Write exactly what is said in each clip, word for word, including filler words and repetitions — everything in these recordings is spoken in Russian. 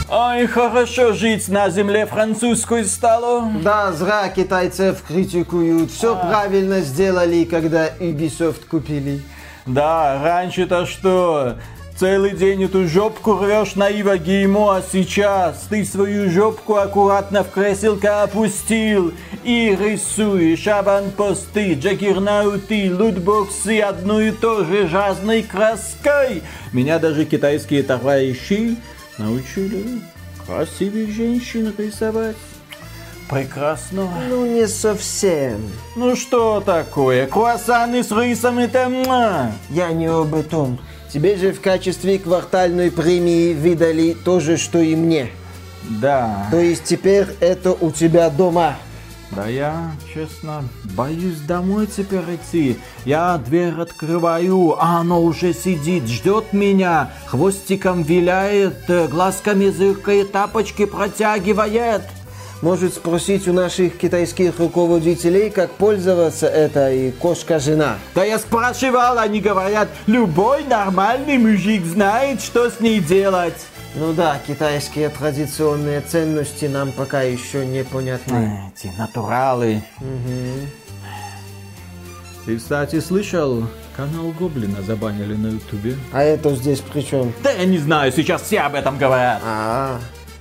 Ой, хорошо жить на земле французской стало. Да, зря китайцев критикуют. Все а. правильно сделали, когда Ubisoft купили. Да, раньше-то что? Целый день эту жопку рвешь на Ивагеймо, а сейчас ты свою жопку аккуратно в креселко опустил и рисуешь аванпосты, джаггернауты, лутбоксы одну и то же разной краской. Меня даже китайские товарищи научили красивых женщин рисовать. Прекрасно. Ну, не совсем. Ну, что такое? Круассаны с рисом это... Я не об этом. Тебе же в качестве квартальной премии выдали то же, что и мне. Да. То есть теперь это у тебя дома. Да я, честно, боюсь домой теперь идти. Я дверь открываю, а оно уже сидит, ждет меня, хвостиком виляет, глазками зыркает, тапочки протягивает. Может спросить у наших китайских руководителей, как пользоваться этой кошка-жена? Да я спрашивал, они говорят, любой нормальный мужик знает, что с ней делать. Ну да, китайские традиционные ценности нам пока еще непонятны. Эти натуралы. Угу. Ты, кстати, слышал, канал Гоблина забанили на Ютубе? А это здесь при чем? Да я не знаю, сейчас все об этом говорят. А,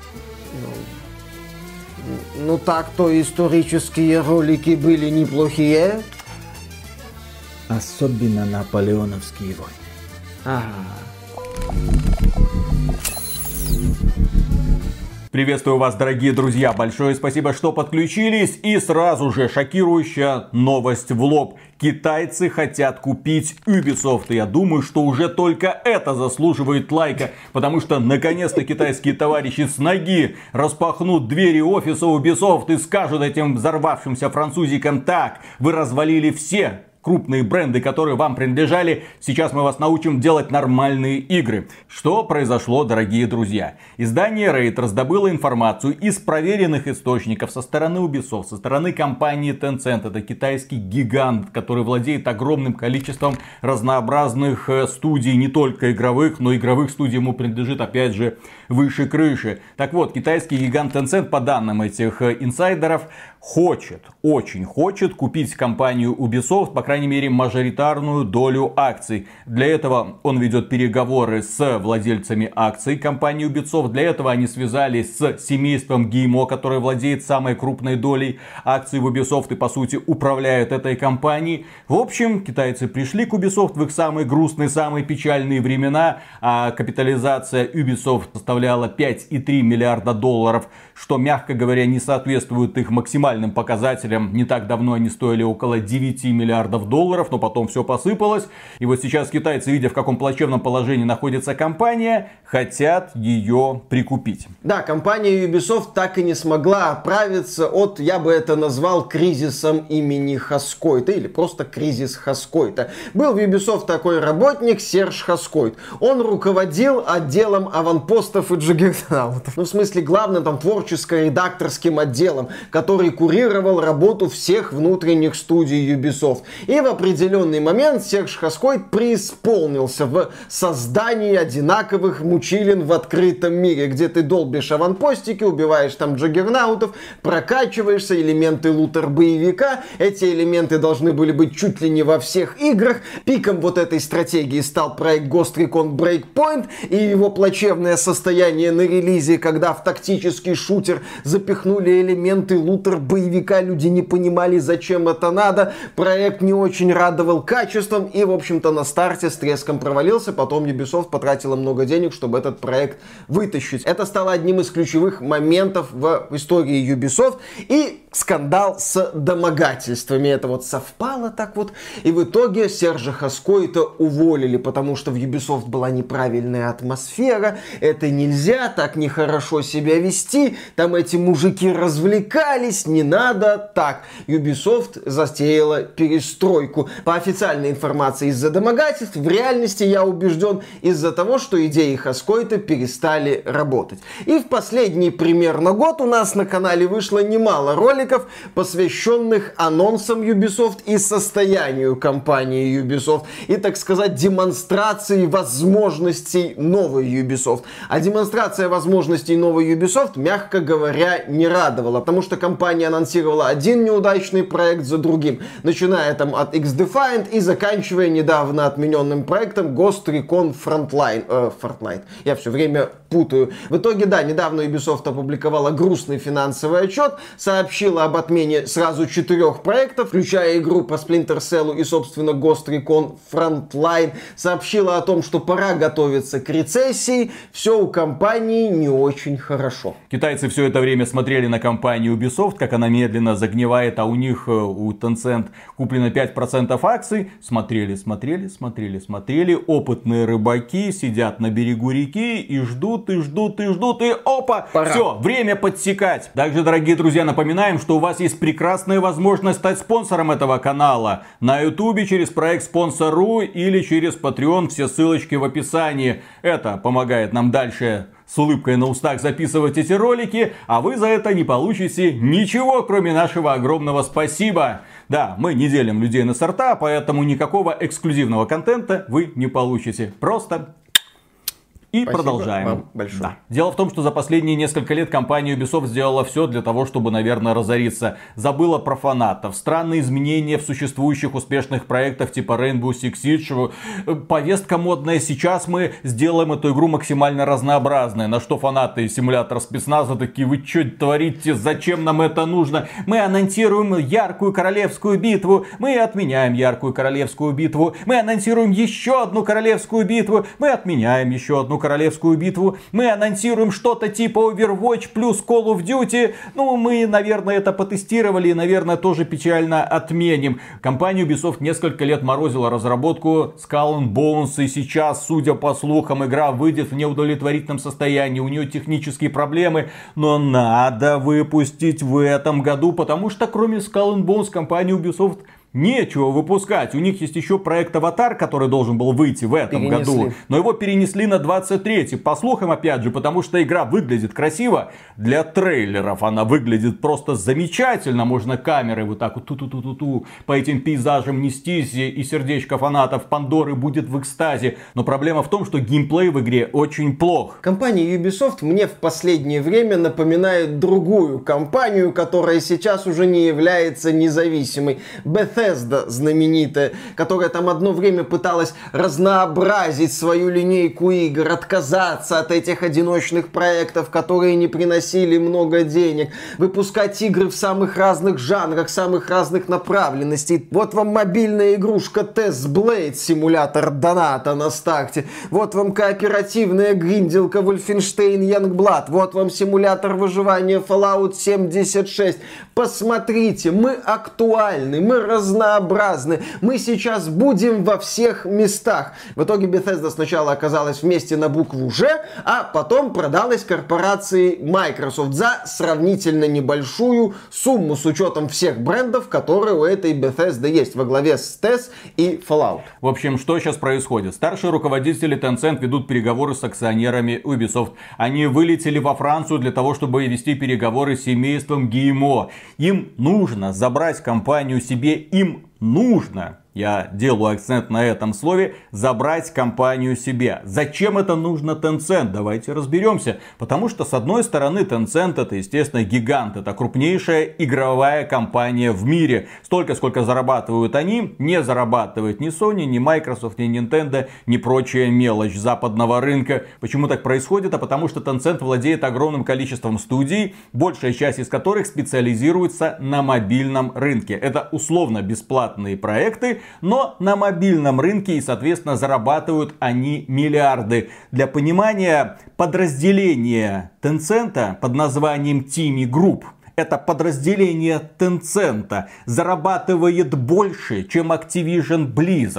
ну, ну так-то исторические ролики были неплохие. Особенно наполеоновские войны. Ага. Приветствую вас, дорогие друзья, большое спасибо, что подключились. И сразу же шокирующая новость в лоб. Китайцы хотят купить Ubisoft. И я думаю, что уже только это заслуживает лайка. Потому что наконец-то китайские товарищи с ноги распахнут двери офиса Ubisoft и скажут этим взорвавшимся французикам: так, вы развалили все крупные бренды, которые вам принадлежали. Сейчас мы вас научим делать нормальные игры. Что произошло, дорогие друзья? Издание Raid раздобыло информацию из проверенных источников со стороны Ubisoft, со стороны компании Tencent. Это китайский гигант, который владеет огромным количеством разнообразных студий, не только игровых, но игровых студий ему принадлежит, опять же, выше крыши. Так вот, китайский гигант Tencent, по данным этих инсайдеров, хочет, очень хочет купить компанию Ubisoft, по крайней мере, мажоритарную долю акций. Для этого он ведет переговоры с владельцами акций компании Ubisoft. Для этого они связались с семейством Геймо, которое владеет самой крупной долей акций в Ubisoft и, по сути, управляет этой компанией. В общем, китайцы пришли к Ubisoft в их самые грустные, самые печальные времена. А капитализация Ubisoft составляла пять и три миллиарда долларов, что, мягко говоря, не соответствует их максимальным показателям. Не так давно они стоили около девяти миллиардов долларов, но потом все посыпалось. И вот сейчас китайцы, видя, в каком плачевном положении находится компания, хотят ее прикупить. Да, компания Ubisoft так и не смогла оправиться от, я бы это назвал, кризисом имени Хаскойта, или просто кризис Хаскойта. Был в Ubisoft такой работник Серж Хаскойт. Он руководил отделом аванпостов и джаггернаутов. Ну, в смысле, главным там творческо-редакторским отделом, который курировал работу всех внутренних студий Ubisoft. И в определенный момент Серж Хаскойт преисполнился в создании одинаковых мучилин в открытом мире, где ты долбишь аванпостики, убиваешь там джаггернаутов, прокачиваешься, элементы лутер-боевика. Эти элементы должны были быть чуть ли не во всех играх. Пиком вот этой стратегии стал проект Ghost Recon Breakpoint и его плачевное состояние на релизе, когда в тактический шутер запихнули элементы лутер-боевика, люди не понимали, зачем это надо. Проект не очень радовал качеством и, в общем-то, на старте с треском провалился. Потом Ubisoft потратила много денег, чтобы этот проект вытащить. Это стало одним из ключевых моментов в истории Ubisoft. И скандал с домогательствами. Это вот совпало так вот. И в итоге Сержа Хаскойта уволили, потому что в Ubisoft была неправильная атмосфера. Это нельзя, так нехорошо себя вести. Там эти мужики развлекались, не не надо так. Ubisoft затеяла перестройку. По официальной информации из-за домогательств, в реальности, я убежден, из-за того, что идеи Хаскойта перестали работать. И в последний примерно год у нас на канале вышло немало роликов, посвященных анонсам Ubisoft и состоянию компании Ubisoft. И, так сказать, демонстрации возможностей новой Ubisoft. А демонстрация возможностей новой Ubisoft, мягко говоря, не радовала. Потому что компания анонсировала один неудачный проект за другим. Начиная там от X-Defiant и заканчивая недавно отмененным проектом Ghost Recon Frontline. Э, Fortnite. Я все время путаю. В итоге, да, недавно Ubisoft опубликовала грустный финансовый отчет, сообщила об отмене сразу четырех проектов, включая игру по Splinter Cell и, собственно, Ghost Recon Frontline. Сообщила о том, что пора готовиться к рецессии. Все у компании не очень хорошо. Китайцы все это время смотрели на компанию Ubisoft, как она медленно загнивает, а у них, у Tencent, куплено пять процентов акций. Смотрели, смотрели, смотрели, смотрели. Опытные рыбаки сидят на берегу реки и ждут, и ждут, и ждут, и опа! Пора. Все, время подсекать. Также, дорогие друзья, напоминаем, что у вас есть прекрасная возможность стать спонсором этого канала. На ютубе через проект спонсор точка ру или через Patreon, все ссылочки в описании. Это помогает нам дальше с улыбкой на устах записывать эти ролики, а вы за это не получите ничего, кроме нашего огромного спасибо. Да, мы не делим людей на сорта, поэтому никакого эксклюзивного контента вы не получите. Просто... И Спасибо продолжаем. вам большое. Да. Дело в том, что за последние несколько лет компания Ubisoft сделала все для того, чтобы, наверное, разориться. Забыла про фанатов. Странные изменения в существующих успешных проектах типа Rainbow Six Siege. Повестка модная. Сейчас мы сделаем эту игру максимально разнообразной. На что фанаты симулятора спецназа такие: вы что творите? Зачем нам это нужно? Мы анонсируем яркую королевскую битву. Мы отменяем яркую королевскую битву. Мы анонсируем еще одну королевскую битву. Мы отменяем еще одну королевскую битву. Мы анонсируем что-то типа Overwatch плюс Call of Duty. Ну, мы, наверное, это потестировали и, наверное, тоже печально отменим. Компания Ubisoft несколько лет морозила разработку Skull and Bones, и сейчас, судя по слухам, игра выйдет в неудовлетворительном состоянии. У нее технические проблемы, но надо выпустить в этом году, потому что кроме Skull and Bones компания Ubisoft нечего выпускать. У них есть еще проект Аватар, который должен был выйти в этом Перенесли. году. Но его перенесли на двадцать третий. По слухам, опять же, потому что игра выглядит красиво. Для трейлеров она выглядит просто замечательно. Можно камерой вот так вот ту-ту-ту-ту-ту по этим пейзажам нестись. И сердечко фанатов Пандоры будет в экстазе. Но проблема в том, что геймплей в игре очень плох. Компания Ubisoft мне в последнее время напоминает другую компанию, которая сейчас уже не является независимой. Bethesda знаменитая, которая там одно время пыталась разнообразить свою линейку игр, отказаться от этих одиночных проектов, которые не приносили много денег, выпускать игры в самых разных жанрах, самых разных направленностей. Вот вам мобильная игрушка Test Blade, симулятор доната на старте. Вот вам кооперативная гринделка Wolfenstein Youngblood. Вот вам симулятор выживания Fallout семьдесят шесть. Посмотрите, мы актуальны, мы разнообразны, мы сейчас будем во всех местах. В итоге Bethesda сначала оказалась вместе на букву «Ж», а потом продалась корпорации Microsoft за сравнительно небольшую сумму, с учетом всех брендов, которые у этой Bethesda есть, во главе с ти и эс и Fallout. В общем, что сейчас происходит? Старшие руководители Tencent ведут переговоры с акционерами Ubisoft. Они вылетели во Францию для того, чтобы вести переговоры с семейством Гуилlemot. Им нужно забрать компанию себе, им нужно, я делаю акцент на этом слове, забрать компанию себе. Зачем это нужно Tencent? Давайте разберемся. Потому что, с одной стороны, Tencent это, естественно, гигант. Это крупнейшая игровая компания в мире. Столько, сколько зарабатывают они, не зарабатывает ни Sony, ни Microsoft, ни Nintendo, ни прочая мелочь западного рынка. Почему так происходит? А потому что Tencent владеет огромным количеством студий, большая часть из которых специализируется на мобильном рынке. Это условно бесплатные проекты, но на мобильном рынке, и, соответственно, зарабатывают они миллиарды. Для понимания, подразделение Tencent под названием Timi Group, это подразделение Tencent, зарабатывает больше, чем Activision Blizzard.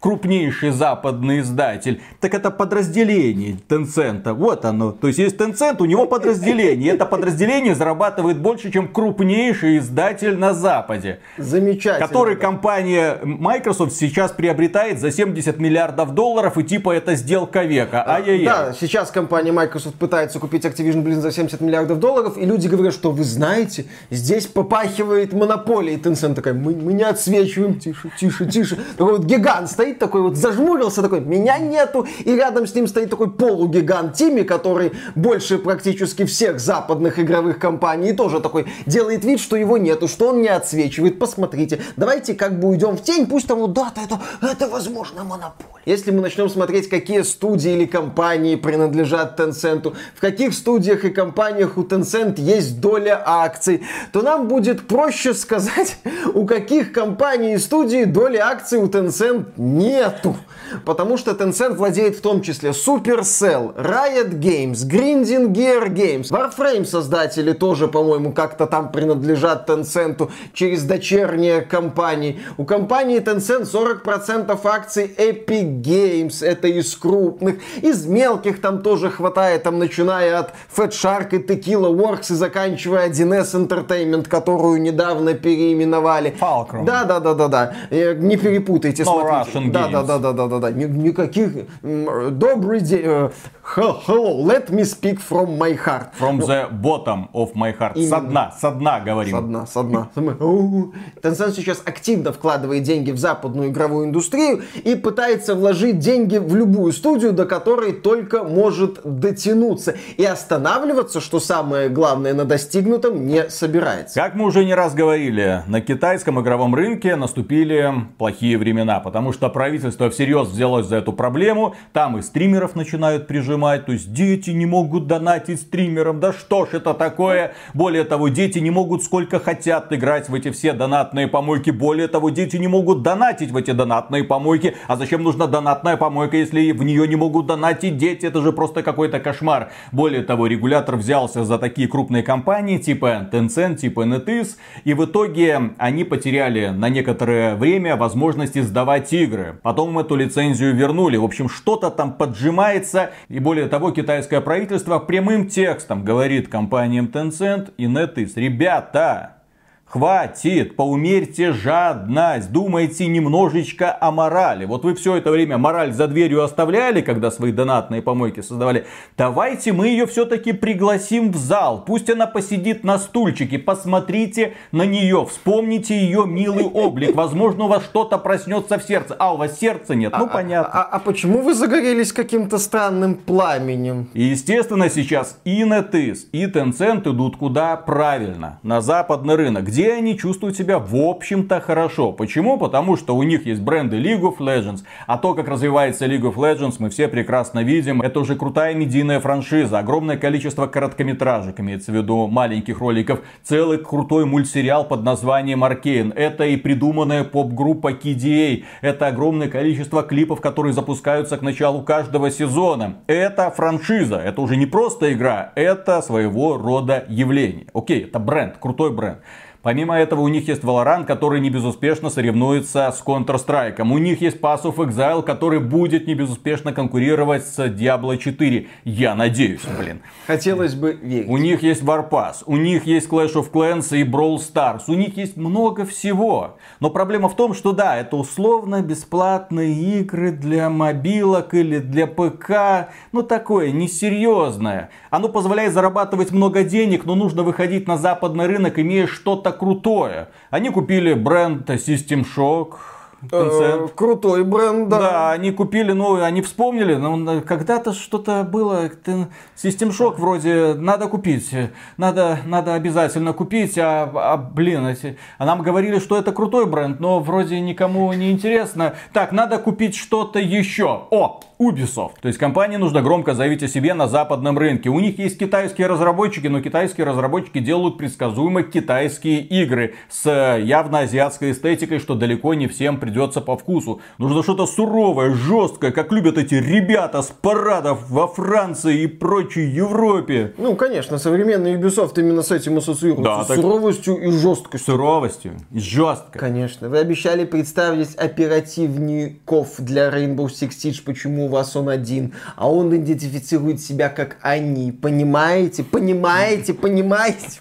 крупнейший западный издатель, так это подразделение Tencent. Вот оно. То есть есть Tencent, у него подразделение. Это подразделение зарабатывает больше, чем крупнейший издатель на Западе. Замечательно. Который компания Microsoft сейчас приобретает за семьдесят миллиардов долларов, и типа это сделка века. Ай-яй-яй. Да, сейчас компания Microsoft пытается купить Activision Blizzard за семьдесят миллиардов долларов, и люди говорят, что вы знаете, здесь попахивает монополией. Tencent такая, мы, мы не отсвечиваем, тише, тише, тише. Такой вот гигант стоит такой вот, зажмурился такой, меня нету, и рядом с ним стоит такой полугигант Тимми, который больше практически всех западных игровых компаний, и тоже такой делает вид, что его нету, что он не отсвечивает. Посмотрите, давайте как бы уйдем в тень, пусть там вот да-то это, это возможно монополия. Если мы начнем смотреть, какие студии или компании принадлежат Tencent, в каких студиях и компаниях у Tencent есть доля акций, то нам будет проще сказать, у каких компаний и студий доли акций у Tencent нету. Потому что Tencent владеет в том числе Supercell, Riot Games, Grinding Gear Games, Warframe создатели тоже, по-моему, как-то там принадлежат Tencent через дочерние компании. У компании Tencent сорок процентов акций Epic Games, это из крупных. Из мелких там тоже хватает, там начиная от Fat Shark и Tequila Works и заканчивая один эс Entertainment, которую недавно переименовали. Fulcrum. Да-да-да-да-да. Не перепутайте, No смотрите. Russian Да-да-да-да-да. Да, никаких... Добрый день... Hello, let me speak from my heart. From the bottom of my heart. Именно. Со дна, со дна говорим. Со дна, со дна. Tencent сейчас активно вкладывает деньги в западную игровую индустрию и пытается вложить деньги в любую студию, до которой только может дотянуться. И останавливаться, что самое главное, на достигнутом не собирается. Как мы уже не раз говорили, на китайском игровом рынке наступили плохие времена, потому что правительство всерьез взялось за эту проблему. Там и стримеров начинают прижимать. То есть дети не могут донатить стримерам. Да что ж это такое? Более того, дети не могут сколько хотят играть в эти все донатные помойки. Более того, дети не могут донатить в эти донатные помойки. А зачем нужна донатная помойка, если в нее не могут донатить дети? Это же просто какой-то кошмар. Более того, регулятор взялся за такие крупные компании типа Tencent, типа NetEase. И в итоге они потеряли на некоторое время возможность издавать игры. Потом эту лицензию вернули. В общем, что-то там поджимается. И более того, китайское правительство прямым текстом говорит компаниям Tencent и NetEase: ребята, хватит, поумерьте жадность, думайте немножечко о морали. Вот вы все это время мораль за дверью оставляли, когда свои донатные помойки создавали. Давайте мы ее все-таки пригласим в зал. Пусть она посидит на стульчике, посмотрите на нее, вспомните ее милый облик. Возможно, у вас что-то проснется в сердце. А у вас сердца нет, ну а, понятно. А, а, а почему вы загорелись каким-то странным пламенем? И естественно сейчас и NetEase, и Tencent идут куда? Правильно, на западный рынок, где они чувствуют себя в общем-то хорошо. Почему? Потому что у них есть бренды League of Legends. А то, как развивается League of Legends, мы все прекрасно видим. Это уже крутая медийная франшиза. Огромное количество короткометражек, имеется в виду маленьких роликов. Целый крутой мультсериал под названием Arcane. Это и придуманная поп-группа кей ди эй. Это огромное количество клипов, которые запускаются к началу каждого сезона. Это франшиза. Это уже не просто игра. Это своего рода явление. Окей, это бренд, крутой бренд. Помимо этого, у них есть Valorant, который не безуспешно соревнуется с Counter-Strike. У них есть Path of Exile, который будет не безуспешно конкурировать с Diablo четыре. Я надеюсь, блин. Хотелось бы верить. У них есть Warpath, у них есть Clash of Clans и Brawl Stars. У них есть много всего. Но проблема в том, что да, это условно бесплатные игры для мобилок или для ПК. Ну такое, несерьезное. Оно позволяет зарабатывать много денег, но нужно выходить на западный рынок, имея что-то крутое. Они купили бренд System Shock. Э, крутой бренд, да. Да, они купили, ну, они вспомнили, ну, когда-то что-то было, System Shock вроде надо купить, надо, надо обязательно купить, а, а блин, эти, а нам говорили, что это крутой бренд, но вроде никому не интересно. Так, надо купить что-то еще. О! Ubisoft. То есть компании нужно громко заявить о себе на западном рынке. У них есть китайские разработчики, но китайские разработчики делают предсказуемо китайские игры с явно азиатской эстетикой, что далеко не всем придется по вкусу. Нужно что-то суровое, жесткое, как любят эти ребята с парадов во Франции и прочей Европе. Ну, конечно, современный Ubisoft именно с этим ассоциируется. Да, с так... суровостью и жесткостью. Суровостью и жесткой. Конечно. Вы обещали представить оперативников для Rainbow Six Siege. Почему у вас он один? А он идентифицирует себя как они. Понимаете? Понимаете? Понимаете?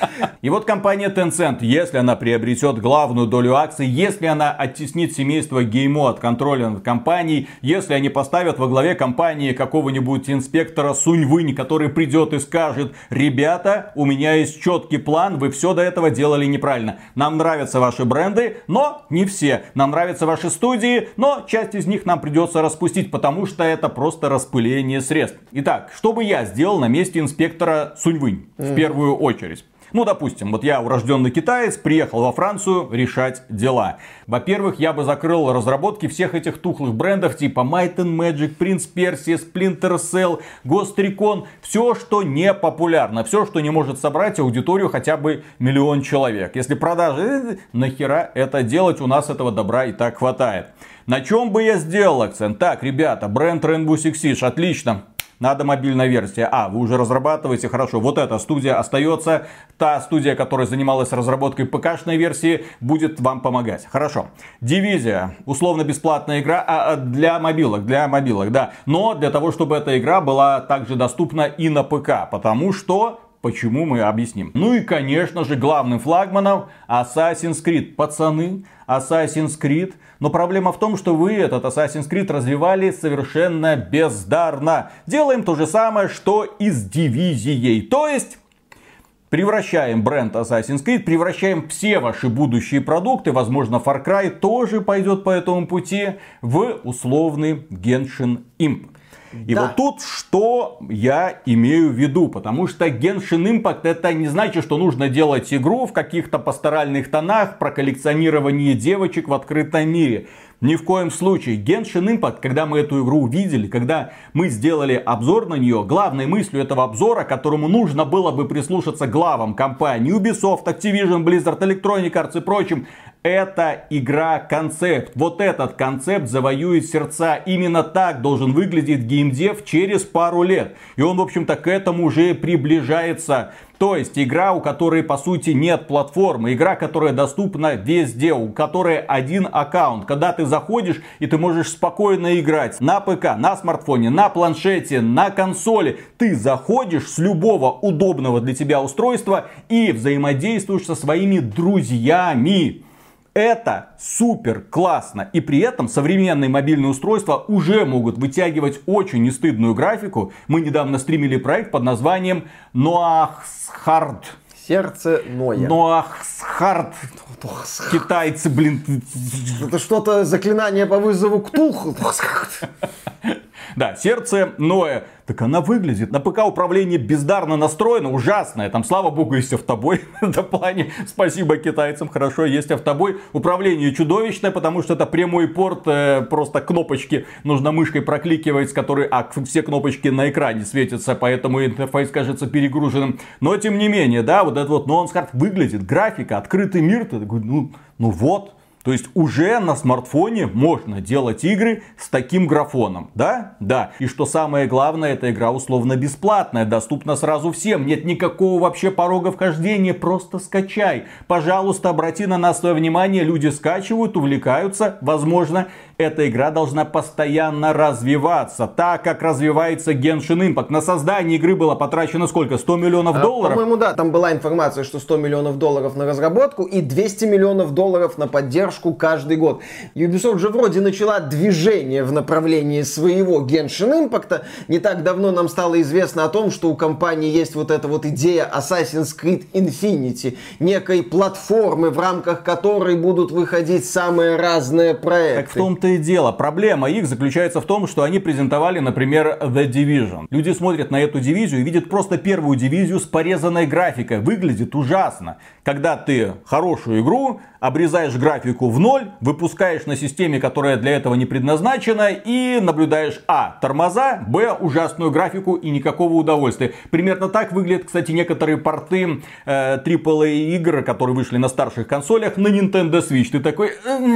И вот компания Tencent, если она приобретет главную долю акций, если она оттеснит семейство Геймо от контроля над компанией, если они поставят во главе компании какого-нибудь инспектора Сунь-Вынь, который придет и скажет: ребята, у меня есть четкий план, вы все до этого делали неправильно. Нам нравятся ваши бренды, но не все. Нам нравятся ваши студии, но часть из них нам придется распустить, потому что это просто распыление средств. Итак, что бы я сделал на месте инспектора Сунь-Вынь в первую очередь? Ну, допустим, вот я урожденный китаец, приехал во Францию решать дела. Во-первых, я бы закрыл разработки всех этих тухлых брендов типа Might and Magic, Prince Persia, Splinter Cell, Ghost Recon. Все, что не популярно, все, что не может собрать аудиторию хотя бы миллион человек. Если продажи, нахера это делать, у нас этого добра и так хватает. На чем бы я сделал акцент? Так, ребята, бренд Rainbow Six Siege, отлично. Надо мобильная версия. А, вы уже разрабатываете, хорошо. Вот эта студия остается. Та студия, которая занималась разработкой ПК-шной версии, будет вам помогать. Хорошо. Дивизия. Условно бесплатная игра а, для мобилок. Для мобилок, да. Но для того, чтобы эта игра была также доступна и на ПК. Потому что... Почему, мы объясним. Ну и, конечно же, главным флагманом Assassin's Creed. Пацаны, Assassin's Creed. Но проблема в том, что вы этот Assassin's Creed развивали совершенно бездарно. Делаем то же самое, что и с Дивизией. То есть... Превращаем бренд Assassin's Creed, превращаем все ваши будущие продукты, возможно, Far Cry тоже пойдет по этому пути, в условный Genshin Impact. И да. Вот тут что я имею в виду, потому что Genshin Impact это не значит, что нужно делать игру в каких-то пасторальных тонах про коллекционирование девочек в открытом мире. Ни в коем случае. Genshin Impact, когда мы эту игру увидели, когда мы сделали обзор на нее, главной мыслью этого обзора, которому нужно было бы прислушаться главам компаний Ubisoft, Activision, Blizzard, Electronic Arts и прочим, это игра-концепт. Вот этот концепт завоюет сердца. Именно так должен выглядеть геймдев через пару лет. И он, в общем-то, к этому уже приближается. То есть игра, у которой по сути нет платформы, игра, которая доступна везде, у которой один аккаунт. Когда ты заходишь и ты можешь спокойно играть на ПК, на смартфоне, на планшете, на консоли. Ты заходишь с любого удобного для тебя устройства и взаимодействуешь со своими друзьями. Это супер классно. И при этом современные мобильные устройства уже могут вытягивать очень нестыдную графику. Мы недавно стримили проект под названием Noah's Сердце Ноя. Noah's Китайцы, блин. Это что-то заклинание по вызову Ктулху. Да, сердце Ноя. Так она выглядит. На ПК управление бездарно настроено, ужасное. Там, слава богу, есть автобой. В этом плане спасибо китайцам. Хорошо, есть автобой. Управление чудовищное, потому что это прямой порт. Э, просто кнопочки нужно мышкой прокликивать, с которой а, все кнопочки на экране светятся. Поэтому интерфейс кажется перегруженным. Но, тем не менее, да, вот этот вот Noah's Heart выглядит. Графика, открытый мир. Ты такой, ну, ну вот. То есть уже на смартфоне можно делать игры с таким графоном. Да? Да. И что самое главное, эта игра условно бесплатная. Доступна сразу всем. Нет никакого вообще порога вхождения. Просто скачай. Пожалуйста, обрати на нас свое внимание. Люди скачивают, увлекаются. Возможно, эта игра должна постоянно развиваться. Так как развивается Genshin Impact. На создание игры было потрачено сколько? сто миллионов а, долларов? По-моему, да. Там была информация, что сто миллионов долларов на разработку и двести миллионов долларов на поддержку каждый год. Ubisoft же вроде начала движение в направлении своего Genshin Impact. Не так давно нам стало известно о том, что у компании есть вот эта вот идея Assassin's Creed Infinity. Некой платформы, в рамках которой будут выходить самые разные проекты. Так в том-то и дело. Проблема их заключается в том, что они презентовали, например, The Division. Люди смотрят на эту дивизию и видят просто первую дивизию с порезанной графикой. Выглядит ужасно. Когда ты хорошую игру, обрезаешь графику графику в ноль, выпускаешь на системе, которая для этого не предназначена, и наблюдаешь а. тормоза, б. ужасную графику и никакого удовольствия. Примерно так выглядят, кстати, некоторые порты э, трипл эй игр, которые вышли на старших консолях на Nintendo Switch. Ты такой...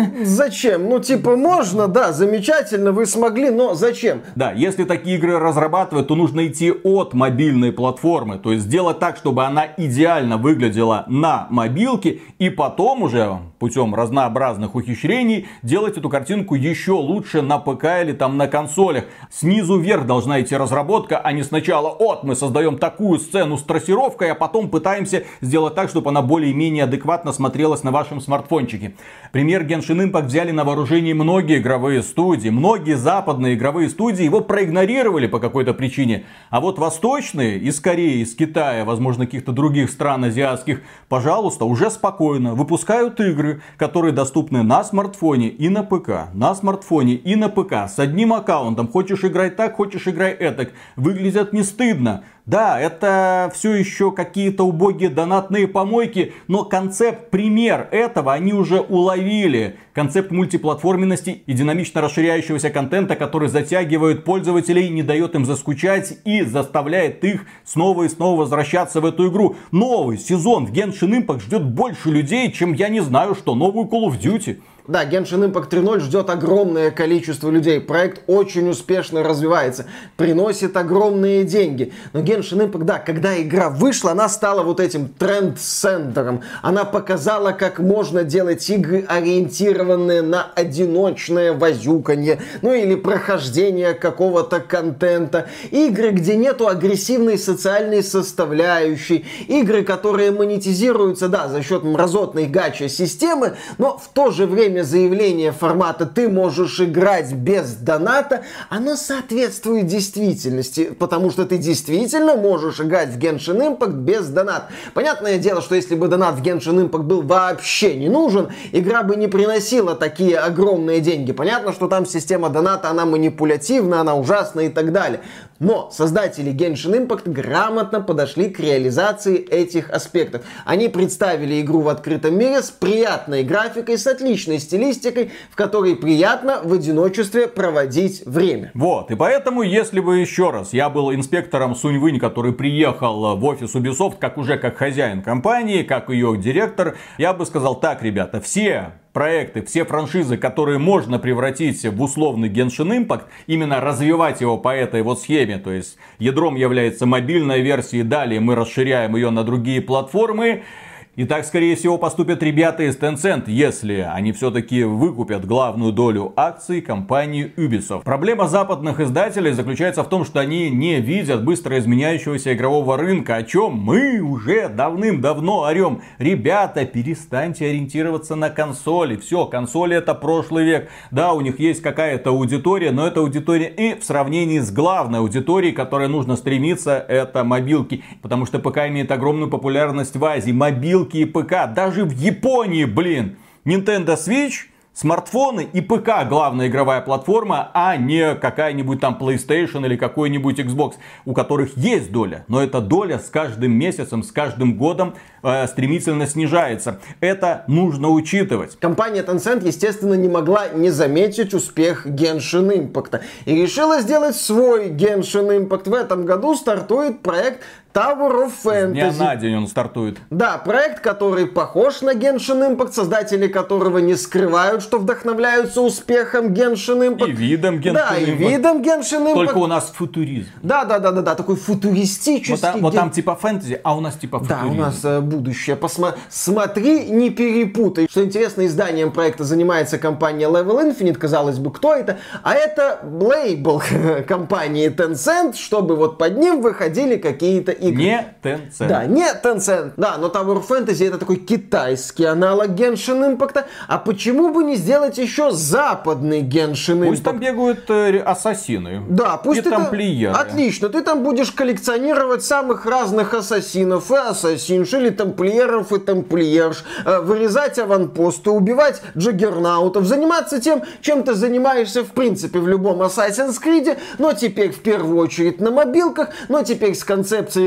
Зачем? Ну, типа, можно, да, замечательно, вы смогли, но зачем? Да, если такие игры разрабатывают, то нужно идти от мобильной платформы. То есть сделать так, чтобы она идеально выглядела на мобилке, и потом уже путем разнообразных ухищрений делать эту картинку еще лучше на ПК или там на консолях. Снизу вверх должна идти разработка, а не сначала от мы создаем такую сцену с трассировкой, а потом пытаемся сделать так, чтобы она более-менее адекватно смотрелась на вашем смартфончике. Пример Genshin Impact взяли на вооружение многие игровые студии. Многие западные игровые студии его проигнорировали по какой-то причине. А вот восточные, из Кореи, из Китая, возможно, каких-то других стран азиатских, пожалуйста, уже спокойно выпускают игры, которые доступны на смартфоне и на ПК. На смартфоне и на ПК. С одним аккаунтом. Хочешь играть так, хочешь играть этак. Выглядят не стыдно. Да, это все еще какие-то убогие донатные помойки, но концепт, пример этого они уже уловили. Концепт мультиплатформенности и динамично расширяющегося контента, который затягивает пользователей, не дает им заскучать и заставляет их снова и снова возвращаться в эту игру. Новый сезон в Genshin Impact ждет больше людей, чем я не знаю что, новую Call of Duty. Да, Genshin Impact три ноль ждет огромное количество людей. Проект очень успешно развивается, приносит огромные деньги. Но Genshin Impact, да, когда игра вышла, она стала вот этим тренд-сендером. Она показала, как можно делать игры, ориентированные на одиночное возюканье, ну или прохождение какого-то контента. Игры, где нету агрессивной социальной составляющей. Игры, которые монетизируются, да, за счет мразотной гача-системы, но в то же время заявление формата «ты можешь играть без доната», оно соответствует действительности, потому что ты действительно можешь играть в Genshin Impact без доната. Понятное дело, что если бы донат в Genshin Impact был вообще не нужен, игра бы не приносила такие огромные деньги. Понятно, что там система доната, она манипулятивна, она ужасна и так далее. Но создатели Genshin Impact грамотно подошли к реализации этих аспектов. Они представили игру в открытом мире с приятной графикой, с отличной стилистикой, в которой приятно в одиночестве проводить время. Вот, и поэтому, если бы еще раз я был инспектором Сунь-Вынь, который приехал в офис Ubisoft, как уже как хозяин компании, как ее директор, я бы сказал: так, ребята, все проекты, все франшизы, которые можно превратить в условный Genshin Impact, именно развивать его по этой вот схеме, то есть ядром является мобильная версия, и далее мы расширяем ее на другие платформы. И так, скорее всего, поступят ребята из Tencent, если они все-таки выкупят главную долю акций компании Ubisoft. Проблема западных издателей заключается в том, что они не видят быстро изменяющегося игрового рынка, о чем мы уже давным-давно орем. Ребята, перестаньте ориентироваться на консоли. Все, консоли — это прошлый век. Да, у них есть какая-то аудитория, но эта аудитория и в сравнении с главной аудиторией, к которой нужно стремиться, это мобилки. Потому что ПК имеет огромную популярность в Азии. Мобилки и ПК. Даже в Японии, блин, Nintendo Switch, смартфоны и ПК главная игровая платформа, а не какая-нибудь там PlayStation или какой-нибудь Xbox, у которых есть доля. Но эта доля с каждым месяцем, с каждым годом э, стремительно снижается. Это нужно учитывать. Компания Tencent, естественно, не могла не заметить успех Genshin Impact. И решила сделать свой Genshin Impact. В этом году стартует проект Tower of Fantasy. С дня на день он стартует. Да, проект, который похож на Genshin Impact, создатели которого не скрывают, что вдохновляются успехом Genshin Impact. И видом Genshin Impact. Да, и видом Genshin Impact. Только у нас футуризм. Да, да, да, да, да, такой футуристический. Вот там, вот там типа фэнтези, а у нас типа футуризм. Да, у нас э, будущее. Посма... Смотри, не перепутай. Что интересно, изданием проекта занимается компания Level Infinite. Казалось бы, кто это? А это лейбл компании Tencent, чтобы вот под ним выходили какие-то игры. Не Tencent. Да, не Tencent. Да, но Tower of Fantasy — это такой китайский аналог Genshin Impact. А почему бы не сделать еще западный Genshin Impact? Пусть там бегают э, ассасины. Да, пусть и ты тамплиеры. Там... Отлично, ты там будешь коллекционировать самых разных ассасинов и ассасинш, или тамплиеров и тамплиерш, э, вырезать аванпосты, убивать джаггернаутов, заниматься тем, чем ты занимаешься в принципе в любом Assassin's Creed, но теперь в первую очередь на мобилках, но теперь с концепцией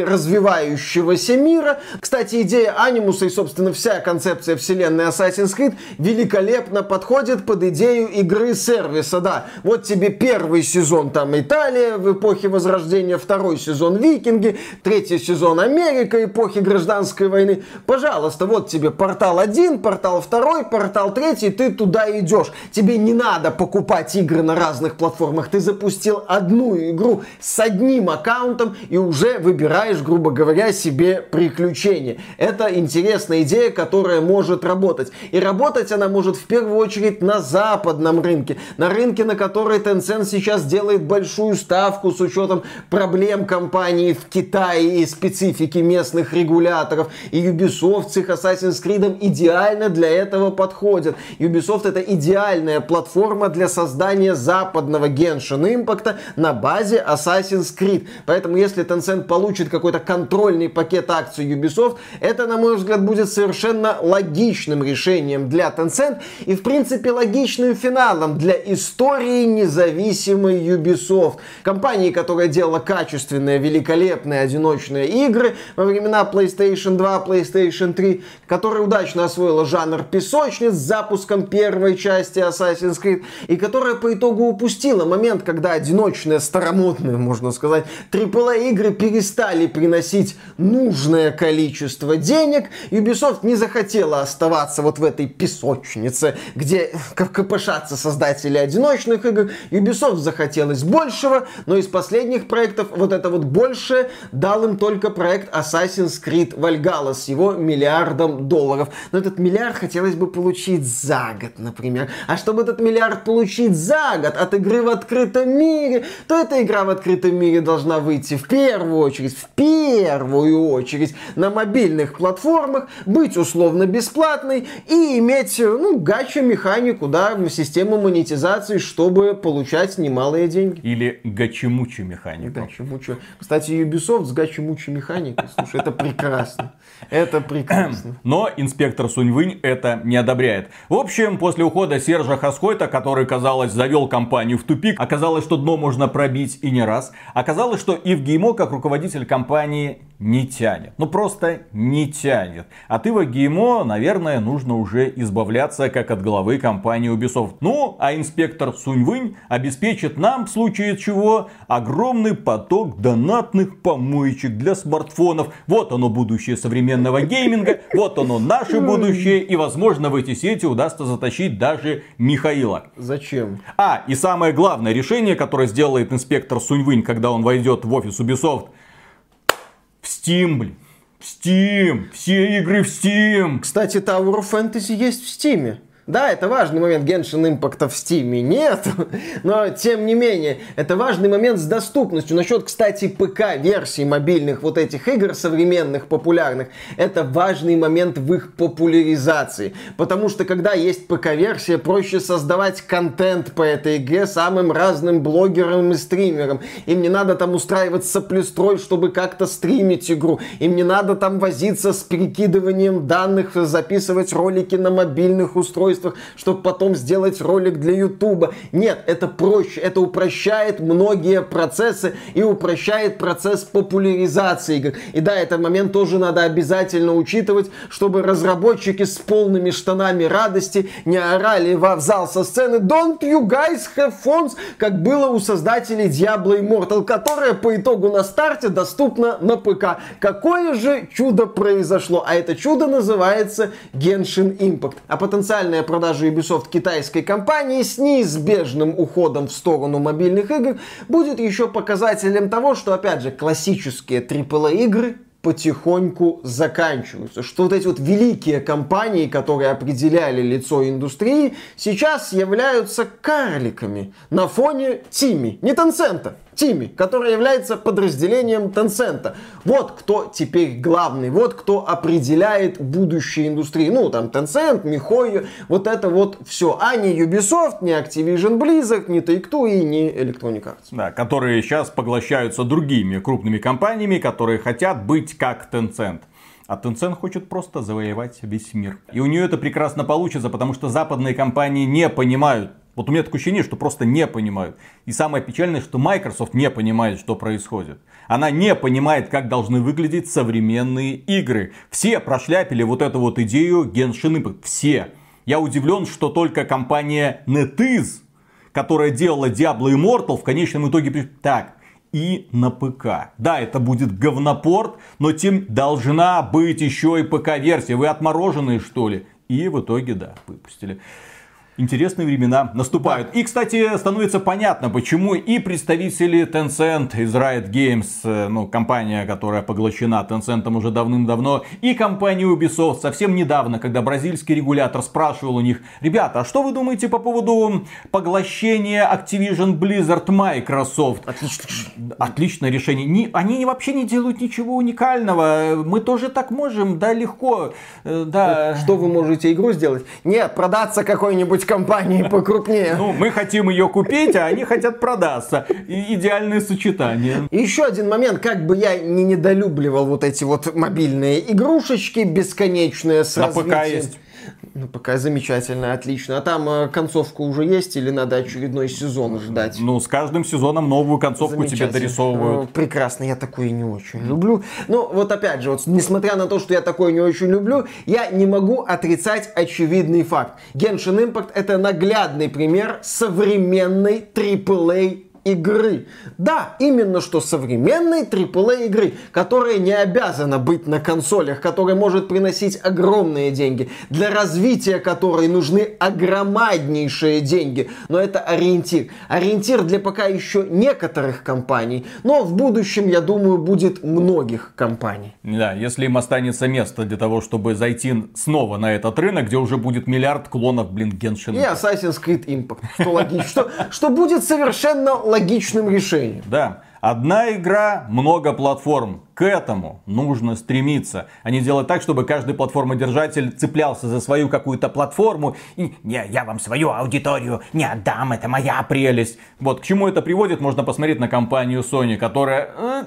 развивающегося мира. Кстати, идея анимуса и, собственно, вся концепция вселенной Assassin's Creed великолепно подходит под идею игры-сервиса. Да, вот тебе первый сезон там Италия в эпохе Возрождения, второй сезон Викинги, третий сезон Америка эпохи Гражданской войны. Пожалуйста, вот тебе портал один, портал второй, портал третий, ты туда идешь. Тебе не надо покупать игры на разных платформах. Ты запустил одну игру с одним аккаунтом и уже выбираешь, грубо говоря, себе приключения. Это интересная идея, которая может работать. И работать она может в первую очередь на западном рынке. На рынке, на который Tencent сейчас делает большую ставку с учетом проблем компании в Китае и специфики местных регуляторов. И Ubisoft с их Assassin's Creed идеально для этого подходит. Ubisoft это идеальная платформа для создания западного Genshin Impact на базе Assassin's Creed. Поэтому если Tencent получит какой-то контрольный пакет акций Ubisoft, это, на мой взгляд, будет совершенно логичным решением для Tencent и, в принципе, логичным финалом для истории независимой Ubisoft. Компании, которая делала качественные, великолепные одиночные игры во времена PlayStation два, PlayStation три, которая удачно освоила жанр песочниц с запуском первой части Assassin's Creed и которая по итогу упустила момент, когда одиночные, старомодные, можно сказать, трипл эй игры перестали приносить нужное количество денег. Ubisoft не захотела оставаться вот в этой песочнице, где копошатся создатели одиночных игр. Ubisoft захотелось большего, но из последних проектов вот это вот большее дал им только проект Assassin's Creed Valhalla с его миллиардом долларов. Но этот миллиард хотелось бы получить за год, например. А чтобы этот миллиард получить за год от игры в открытом мире, то эта игра в открытом мире должна выйти в первую очередь, в первую очередь на мобильных платформах, быть условно бесплатной и иметь, ну, гача-механику, да, систему монетизации, чтобы получать немалые деньги. Или гачи-мучи механику. Гачи-мучи. Кстати, Ubisoft с гачи-мучи механикой. Слушай, это прекрасно. Это прекрасно. Но инспектор Сунь-Вынь это не одобряет. В общем, после ухода Сержа Хаскойта, который, казалось, завел компанию в тупик, оказалось, что дно можно пробить и не раз. Оказалось, что Ив Геймо, как руководитель компании, не тянет. Ну просто не тянет. От Ива Геймо, наверное, нужно уже избавляться, как от главы компании Ubisoft. Ну, а инспектор Сунь-Вынь обеспечит нам, в случае чего, огромный поток донатных помоечек для смартфонов. Вот оно, будущее современного гейминга. Вот оно, наше будущее. И, возможно, в эти сети удастся затащить даже Михаила. Зачем? А, и самое главное решение, которое сделает инспектор Сунь-Вынь, когда он войдет в офис Ubisoft. В Steam, блин. В Steam. Все игры в Steam. Кстати, Tower of Fantasy есть в Steam. Да, это важный момент. Genshin Impact в Steam нет, но тем не менее, это важный момент с доступностью. Насчет, кстати, ПК-версий мобильных вот этих игр современных, популярных, это важный момент в их популяризации. Потому что, когда есть ПК-версия, проще создавать контент по этой игре самым разным блогерам и стримерам. Им не надо там устраивать соплестрой, чтобы как-то стримить игру. Им не надо там возиться с перекидыванием данных, записывать ролики на мобильных устройствах, чтобы потом сделать ролик для Ютуба. Нет, это проще, это упрощает многие процессы и упрощает процесс популяризации игр. И да, этот момент тоже надо обязательно учитывать, чтобы разработчики с полными штанами радости не орали в зал со сцены «Don't you guys have phones», как было у создателей Diablo Immortal, которая по итогу на старте доступна на ПК. Какое же чудо произошло? А это чудо называется Genshin Impact. А потенциальная продажи Ubisoft китайской компании с неизбежным уходом в сторону мобильных игр будет еще показателем того, что, опять же, классические трипл эй игры потихоньку заканчиваются. Что вот эти вот великие компании, которые определяли лицо индустрии, сейчас являются карликами на фоне Тими. Не Tencent, Тими, который является подразделением Tencent. Вот кто теперь главный, вот кто определяет будущее индустрии. Ну, там Tencent, MiHoYo, вот это вот все. А не Ubisoft, не Activision Blizzard, не Take-Two и не Electronic Arts. Да, которые сейчас поглощаются другими крупными компаниями, которые хотят быть как Tencent. А Tencent хочет просто завоевать весь мир. И у нее это прекрасно получится, потому что западные компании не понимают Вот у меня такое ощущение, что просто не понимают. И самое печальное, что Microsoft не понимает, что происходит. Она не понимает, как должны выглядеть современные игры. Все прошляпили вот эту вот идею Genshin Impact. Все. Я удивлен, что только компания NetEase, которая делала Diablo Immortal, в конечном итоге... Так, и на ПК. Да, это будет говнопорт, но тем должна быть еще и ПК-версия. Вы отмороженные, что ли? И в итоге, да, выпустили. Интересные времена наступают. Да. И, кстати, становится понятно, почему и представители Tencent из Riot Games, ну, компания, которая поглощена Tencent уже давным-давно, и компания Ubisoft совсем недавно, когда бразильский регулятор спрашивал у них: ребята, а что вы думаете по поводу поглощения Activision Blizzard Microsoft? Отлично. Отличное решение. Не, они вообще не делают ничего уникального. Мы тоже так можем, да, легко. Да. Что вы можете игру сделать? Нет, продаться какой-нибудь компании покрупнее. Ну, мы хотим ее купить, а они хотят продаться. И идеальное сочетание. И еще один момент, как бы я не недолюбливал вот эти вот мобильные игрушечки бесконечные с На развитием. ПК есть. Ну, пока замечательно, отлично. А там э, концовка уже есть или надо очередной сезон ждать? Ну, с каждым сезоном новую концовку тебе дорисовывают. Э, прекрасно, я такое не очень люблю. Ну, вот опять же, вот, несмотря на то, что я такое не очень люблю, я не могу отрицать очевидный факт. Genshin Impact — это наглядный пример современной трипл эй игры. Да, именно что современной трипл эй игры, которая не обязана быть на консолях, которая может приносить огромные деньги, для развития которой нужны огромнейшие деньги. Но это ориентир. Ориентир для пока еще некоторых компаний, но в будущем, я думаю, будет многих компаний. Да, если им останется место для того, чтобы зайти снова на этот рынок, где уже будет миллиард клонов, блин, Genshin. И Assassin's Creed Impact. Что логично, что, что будет совершенно логичным решением. Да. Одна игра, много платформ. К этому нужно стремиться. А не делать так, чтобы каждый платформодержатель цеплялся за свою какую-то платформу. И не, я вам свою аудиторию не отдам, это моя прелесть. Вот к чему это приводит, можно посмотреть на компанию Sony, которая... Э,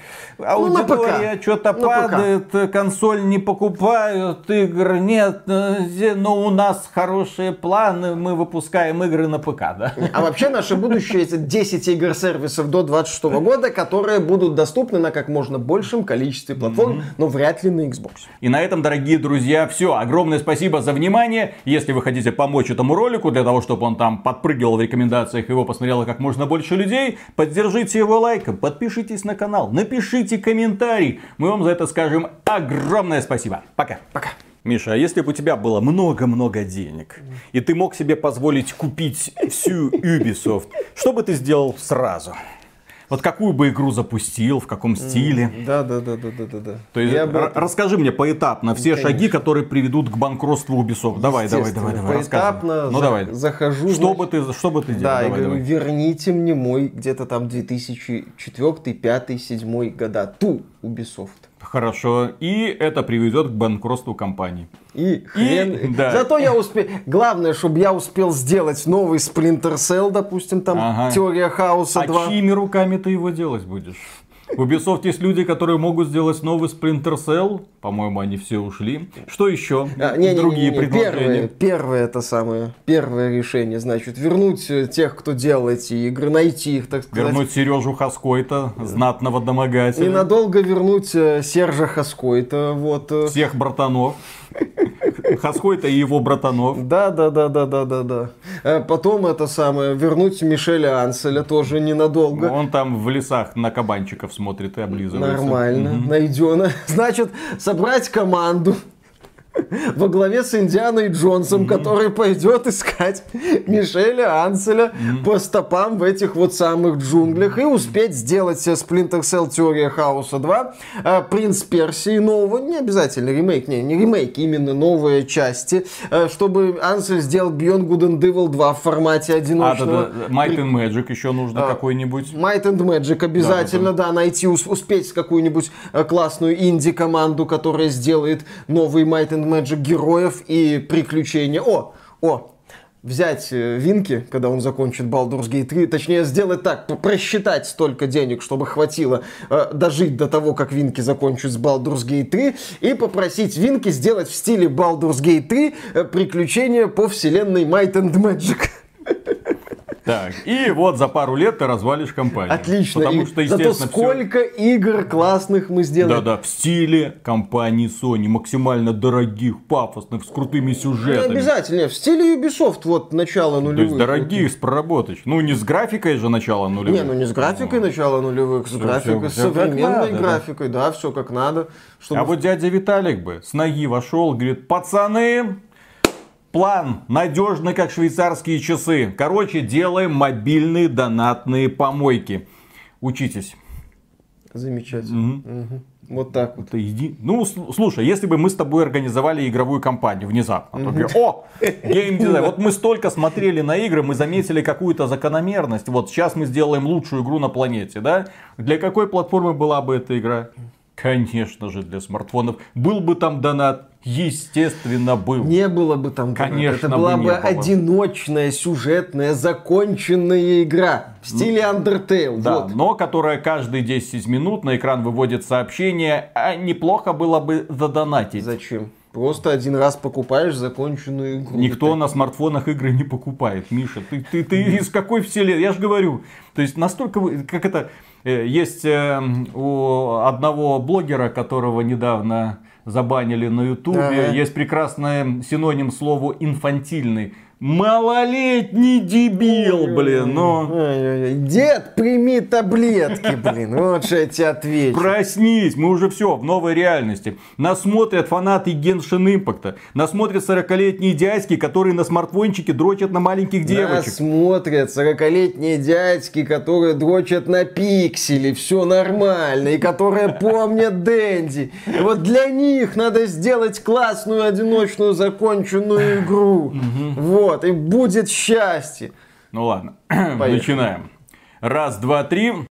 аудитория ну, что-то падает, консоль не покупают, игр нет, но у нас хорошие планы, мы выпускаем игры на ПК, да? А вообще наше будущее — это десять игр-сервисов до двадцать шестого года, которые будут доступны на как можно большем количестве платформ, mm-hmm. но вряд ли на Xbox. И на этом, дорогие друзья, все. Огромное спасибо за внимание. Если вы хотите помочь этому ролику, для того, чтобы он там подпрыгивал в рекомендациях, его посмотрело как можно больше людей, поддержите его лайком, подпишитесь на канал, напишите комментарий. Мы вам за это скажем огромное спасибо. Пока. Пока. Миша, а если бы у тебя было много-много денег, и ты мог себе позволить купить всю Ubisoft, что бы ты сделал сразу? Вот какую бы игру запустил, в каком стиле? Да, да, да, да, да, да, да. То есть, р- расскажи мне поэтапно все Конечно. шаги, которые приведут к банкротству Ubisoft. Давай, давай, давай, давай. Поэтапно ну, за- давай. захожу. Что значит, бы ты, что бы ты делал? Да, давай, я говорю, давай. верните мне мой где-то там две тысячи четвёртый, пятый, седьмой года. Ту Ubisoft. Хорошо. И это приведет к банкротству компании. И хрен. И, да. Зато я успел. Главное, чтобы я успел сделать новый Splinter Cell, допустим, там ага. Теория хаоса два. А чьими руками ты его делать будешь? В Ubisoft есть люди, которые могут сделать новый Splinter Cell. По-моему, они все ушли. Что еще? А, не, Другие не, не, не. предложения? Первое, первое это самое. Первое решение, значит, вернуть тех, кто делал эти игры, найти их, так сказать. Вернуть Сережу Хаскойта, знатного домогателя. Ненадолго вернуть э, Сержа Хаскойта, вот. Э. Всех братанов. Хаскойта и его братанов. Да, да, да, да, да, да, да. Э, потом это самое, вернуть Мишеля Анселя тоже ненадолго. Он там в лесах на кабанчиков смотрит и облизывается. Нормально, угу. найдено. Значит, собрать команду во главе с Индианой Джонсом, mm-hmm. который пойдет искать Мишеля Анселя mm-hmm. по стопам в этих вот самых джунглях и успеть сделать себе Splinter Cell Теория хаоса два, э, Принц Персии нового, не обязательно ремейк, не, не ремейк, именно новые части, э, чтобы Ансель сделал Beyond Good and Evil два в формате одиночного. А, да, да. Might and Magic еще нужно а, какой-нибудь. Might and Magic обязательно, да, да, да найти, успеть какую-нибудь классную инди-команду, которая сделает новый Might and Magic героев и приключения. О, о, взять э, Винки, когда он закончит Baldur's Gate три, точнее сделать так, просчитать столько денег, чтобы хватило э, дожить до того, как Винки закончит с Baldur's Gate три, и попросить Винки сделать в стиле Baldur's Gate три э, приключения по вселенной Might and Magic. Так, и вот за пару лет ты развалишь компанию. Отлично. Потому и что, зато сколько всё... игр классных мы сделали. Да-да, в стиле компании Sony, максимально дорогих, пафосных, с крутыми сюжетами. Не обязательно, в стиле Ubisoft, вот начало нулевых. То есть дорогих, вот. С проработочкой. Ну, не с графикой же начала нулевых. Не, ну не с графикой ну. начала нулевых, с все, графикой, все, с современной надо, графикой, да, да все как надо. Чтобы... А вот дядя Виталик бы с ноги вошел, говорит, пацаны... План надежный, как швейцарские часы. Короче, делаем мобильные донатные помойки. Учитесь. Замечательно. Угу. Угу. Вот так вот. Иди. Ну, слушай, если бы мы с тобой организовали игровую кампанию внезапно, то говорю, о, геймдизайн. Вот мы столько смотрели на игры, мы заметили какую-то закономерность. Вот сейчас мы сделаем лучшую игру на планете, да? Для какой платформы была бы эта игра? Конечно же, для смартфонов. Был бы там донат. Естественно, был. Не было бы там донат. Конечно, это была бы, бы одиночная, сюжетная, законченная игра в стиле Undertale. Да, вот. но которая каждые десять минут на экран выводит сообщение, а неплохо было бы задонатить. Зачем? Просто один раз покупаешь законченную игру. Никто на смартфонах игры не покупает, Миша. Ты, ты, ты из какой вселенной? Я же говорю. То есть настолько, как это, есть у одного блогера, которого недавно забанили на ютубе, ага. Есть прекрасный синоним слову инфантильный. Малолетний дебил, блин, ну. Дед, прими таблетки, блин, вот что я тебе отвечу. Проснись, мы уже все в новой реальности. Нас смотрят фанаты Genshin Impact, нас смотрят сорокалетние дядьки, которые на смартфончике дрочат на маленьких девочек. Нас смотрят сорокалетние дядьки, которые дрочат на пиксели, все нормально, и которые помнят Дэнди. И вот для них надо сделать классную, одиночную, законченную игру. Вот. И будет счастье. Ну ладно, начинаем. Раз, два, три.